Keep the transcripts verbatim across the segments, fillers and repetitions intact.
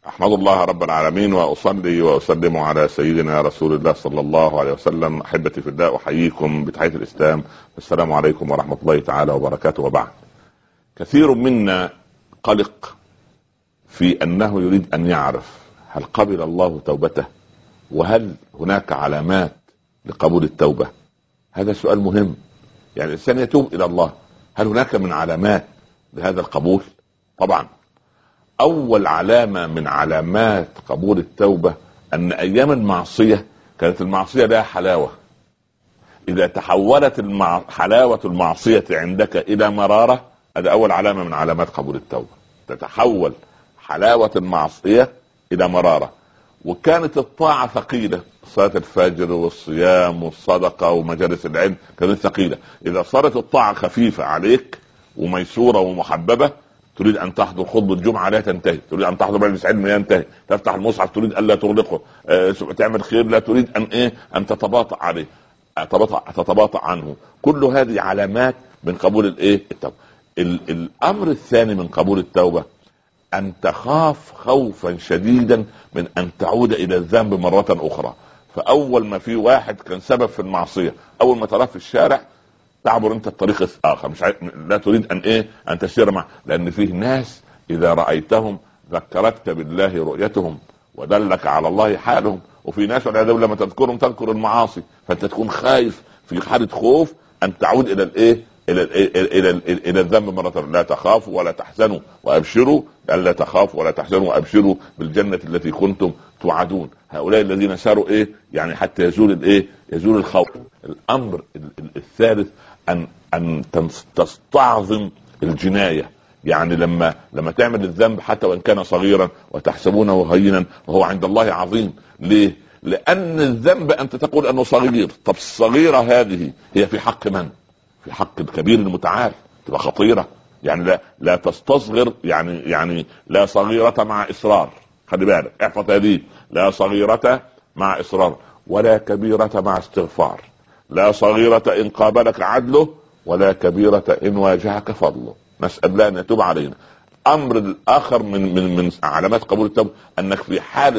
أحمد الله رب العالمين وأصلي وأسلم على سيدنا رسول الله صلى الله عليه وسلم. أحبتي في الله، أحييكم بتحية الإسلام، السلام عليكم ورحمة الله تعالى وبركاته. وبعد، كثير منا قلق في أنه يريد أن يعرف هل قبل الله توبته، وهل هناك علامات لقبول التوبة. هذا سؤال مهم. يعني الإنسان يتوب إلى الله، هل هناك من علامات لهذا القبول؟ طبعا أول علامة من علامات قبول التوبة أن أيام المعصية كانت المعصية لها حلاوة. إذا تحولت المع... حلاوة المعصية عندك إلى مرارة، هذا أول علامة من علامات قبول التوبة. تتحول حلاوة المعصية إلى مرارة. وكانت الطاعة ثقيلة، صلاة الفجر والصيام والصدقة ومجالس العلم كانت ثقيلة. إذا صارت الطاعة خفيفة عليك وميسورة ومحببة، تريد أن تحضر خطبة الجمعة لا تنتهي، تريد أن تحضر مجلس علم لا ينتهي، تفتح المصحف تريد أن لا تغلقه، أه تعمل خير لا تريد أن إيه أن تتباطأ عليه، تتباطأ, تتباطأ عنه. كل هذه علامات من قبول الإيه التوبة. الأمر الثاني من قبول التوبة أن تخاف خوفا شديدا من أن تعود إلى الذنب مرة أخرى. فأول ما في واحد كان سبب في المعصية، أول ما تراه في الشارع تعبر انت الطريق الاخر، مش عايز، لا تريد ان ايه ان تسير معه، لان فيه ناس اذا رايتهم ذكرتك بالله رؤيتهم ودلك على الله حالهم. وفي ناس والعياذ بالله لما تذكرهم تذكر المعاصي، فانت تكون خايف في حاله خوف ان تعود الى الايه الى الى الى, إلى, إلى الذنب مره. لا تخافوا ولا تحزنوا وابشروا، لا تخافوا ولا تحزنوا وابشروا بالجنه التي كنتم توعدون. هؤلاء الذين ساروا ايه يعني حتى يزول الايه يزول الخوف. الامر الثالث ان ان تستعظم الجنايه. يعني لما لما تعمل الذنب حتى وان كان صغيرا وتحسبونه هينا وهو عند الله عظيم. ليه؟ لان الذنب انت تقول انه صغير. طب الصغيره هذه هي في حق من؟ في حق الكبير المتعال، تبقى خطيره. يعني لا لا تستصغر، يعني يعني لا صغيره مع اصرار. خلي بالك، احفظ هذه، لا صغيره مع اصرار ولا كبيره مع استغفار. لا صغيرة إن قابلك عدله ولا كبيرة إن واجهك فضله. نسأل الله أن يتوب علينا. أمر الآخر من من من علامات قبول التوبة أنك في حالة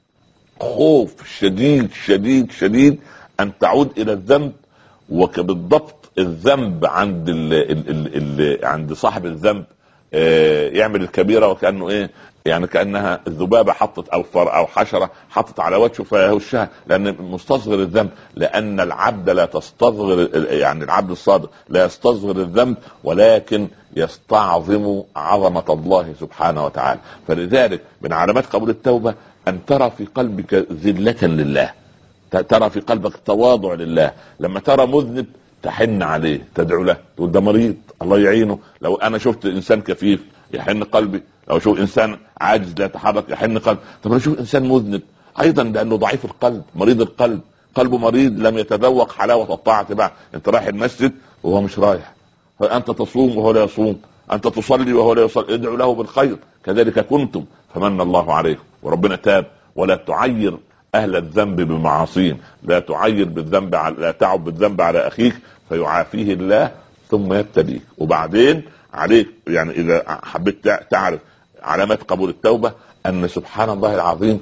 خوف شديد شديد شديد أن تعود إلى الذنب. وكبالضبط الذنب عند ال ال ال ال عند صاحب الذنب آه يعمل الكبيرة وكأنه إيه يعني كأنها الذبابة حطت أو فر أو حشرة حطت على وجهه فيهشها، لأن مستصغر الذنب. لأن العبد لا تستصغر، يعني العبد الصادق لا يستصغر الذنب ولكن يستعظم عظمة الله سبحانه وتعالى. فلذلك من علامات قبول التوبة أن ترى في قلبك ذلة لله، ترى في قلبك تواضع لله. لما ترى مذنب تحن عليه، تدعو له، تقول ده مريض الله يعينه. لو أنا شفت إنسان كفيف يحن قلبي، لو شوف انسان عاجز لا يتحرك يحن قلب. طب لو شوف انسان مذنب ايضا لانه ضعيف القلب مريض القلب، قلبه مريض لم يتذوق حلاوه الطاعه. بقى انت رايح المسجد وهو مش رايح، فانت تصوم وهو لا يصوم، انت تصلي وهو لا يصلي، ادعو له بالخير. كذلك كنتم فمن الله عليكم وربنا تاب. ولا تعير اهل الذنب بمعاصين، لا تعير بالذنب على... لا تعب بالذنب على اخيك فيعافيه الله ثم يبتليك. وبعدين عليك يعني اذا حبيت تعرف علامات قبول التوبة ان سبحان الله العظيم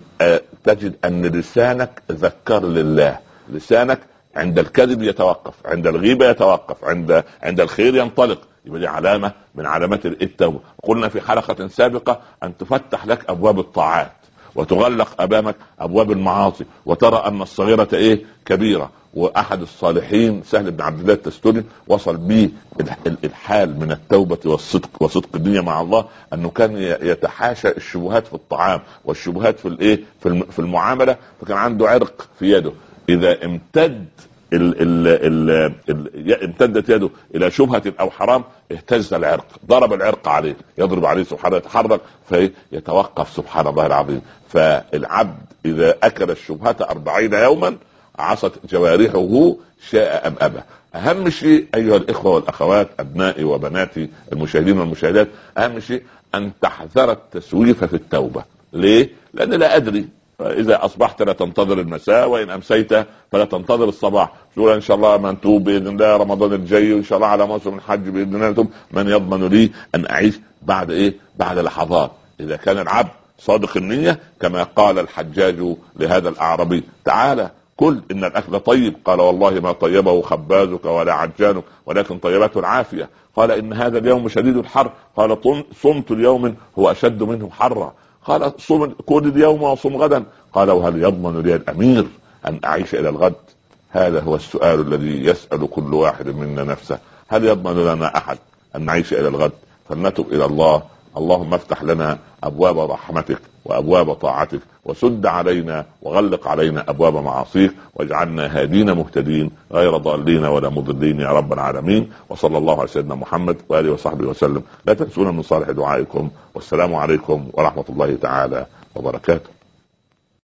تجد ان لسانك ذكر لله. لسانك عند الكذب يتوقف، عند الغيبة يتوقف، عند عند الخير ينطلق. يبقى دي علامة من علامات التوبة. قلنا في حلقة سابقة ان تفتح لك ابواب الطاعات وتغلق امامك ابواب المعاصي، وترى ان الصغيرة ايه كبيرة. واحد الصالحين سهل بن عبد الله التستوري وصل به الحال من التوبة والصدق وصدق الدنيا مع الله انه كان يتحاشى الشبهات في الطعام والشبهات في الايه في المعاملة. فكان عنده عرق في يده، اذا امتد ال ال ال ال امتدت يده الى شبهة او حرام اهتز العرق، ضرب العرق عليه، يضرب عليه سبحانه يتحرك فيتوقف سبحان الله العظيم. فالعبد اذا اكل الشبهة أربعين يوما عصت جوارحه شاء ام ابى. اهم شيء ايها الاخوة والاخوات ابنائي وبناتي المشاهدين والمشاهدات، اهم شيء ان تحذر التسويف في التوبة. ليه؟ لان لا ادري، إذا أصبحت لا تنتظر المساء، وإن أمسيت فلا تنتظر الصباح. شو إن شاء الله من توب بإذن الله رمضان الجاي، وإن شاء الله على موسم الحج بإذن الله توب. من يضمن لي أن أعيش بعد إيه بعد لحظات. إذا كان العبد صادق النية، كما قال الحجاج لهذا الأعرابي: تعالى كل إن الأكل طيب. قال: والله ما طيبه خبازك ولا عجانك، ولكن طيبته العافية. قال: إن هذا اليوم شديد الحر. قال: صمت اليوم هو أشد منه حرا. قال: صم كل اليوم وصم غدا. قال: وهل يضمن لي الأمير أن أعيش إلى الغد؟ هذا هو السؤال الذي يسأل كل واحد منا نفسه: هل يضمن لنا أحد أن نعيش إلى الغد؟ فلنتب إلى الله. اللهم افتح لنا أبواب رحمتك وأبواب طاعتك، وسد علينا وغلق علينا أبواب معاصيك، واجعلنا هادين مهتدين غير ضالين ولا مضلين يا رب العالمين. وصلى الله على سيدنا محمد وآله وصحبه وسلم. لا تنسونا من صالح دعائكم، والسلام عليكم ورحمة الله تعالى وبركاته.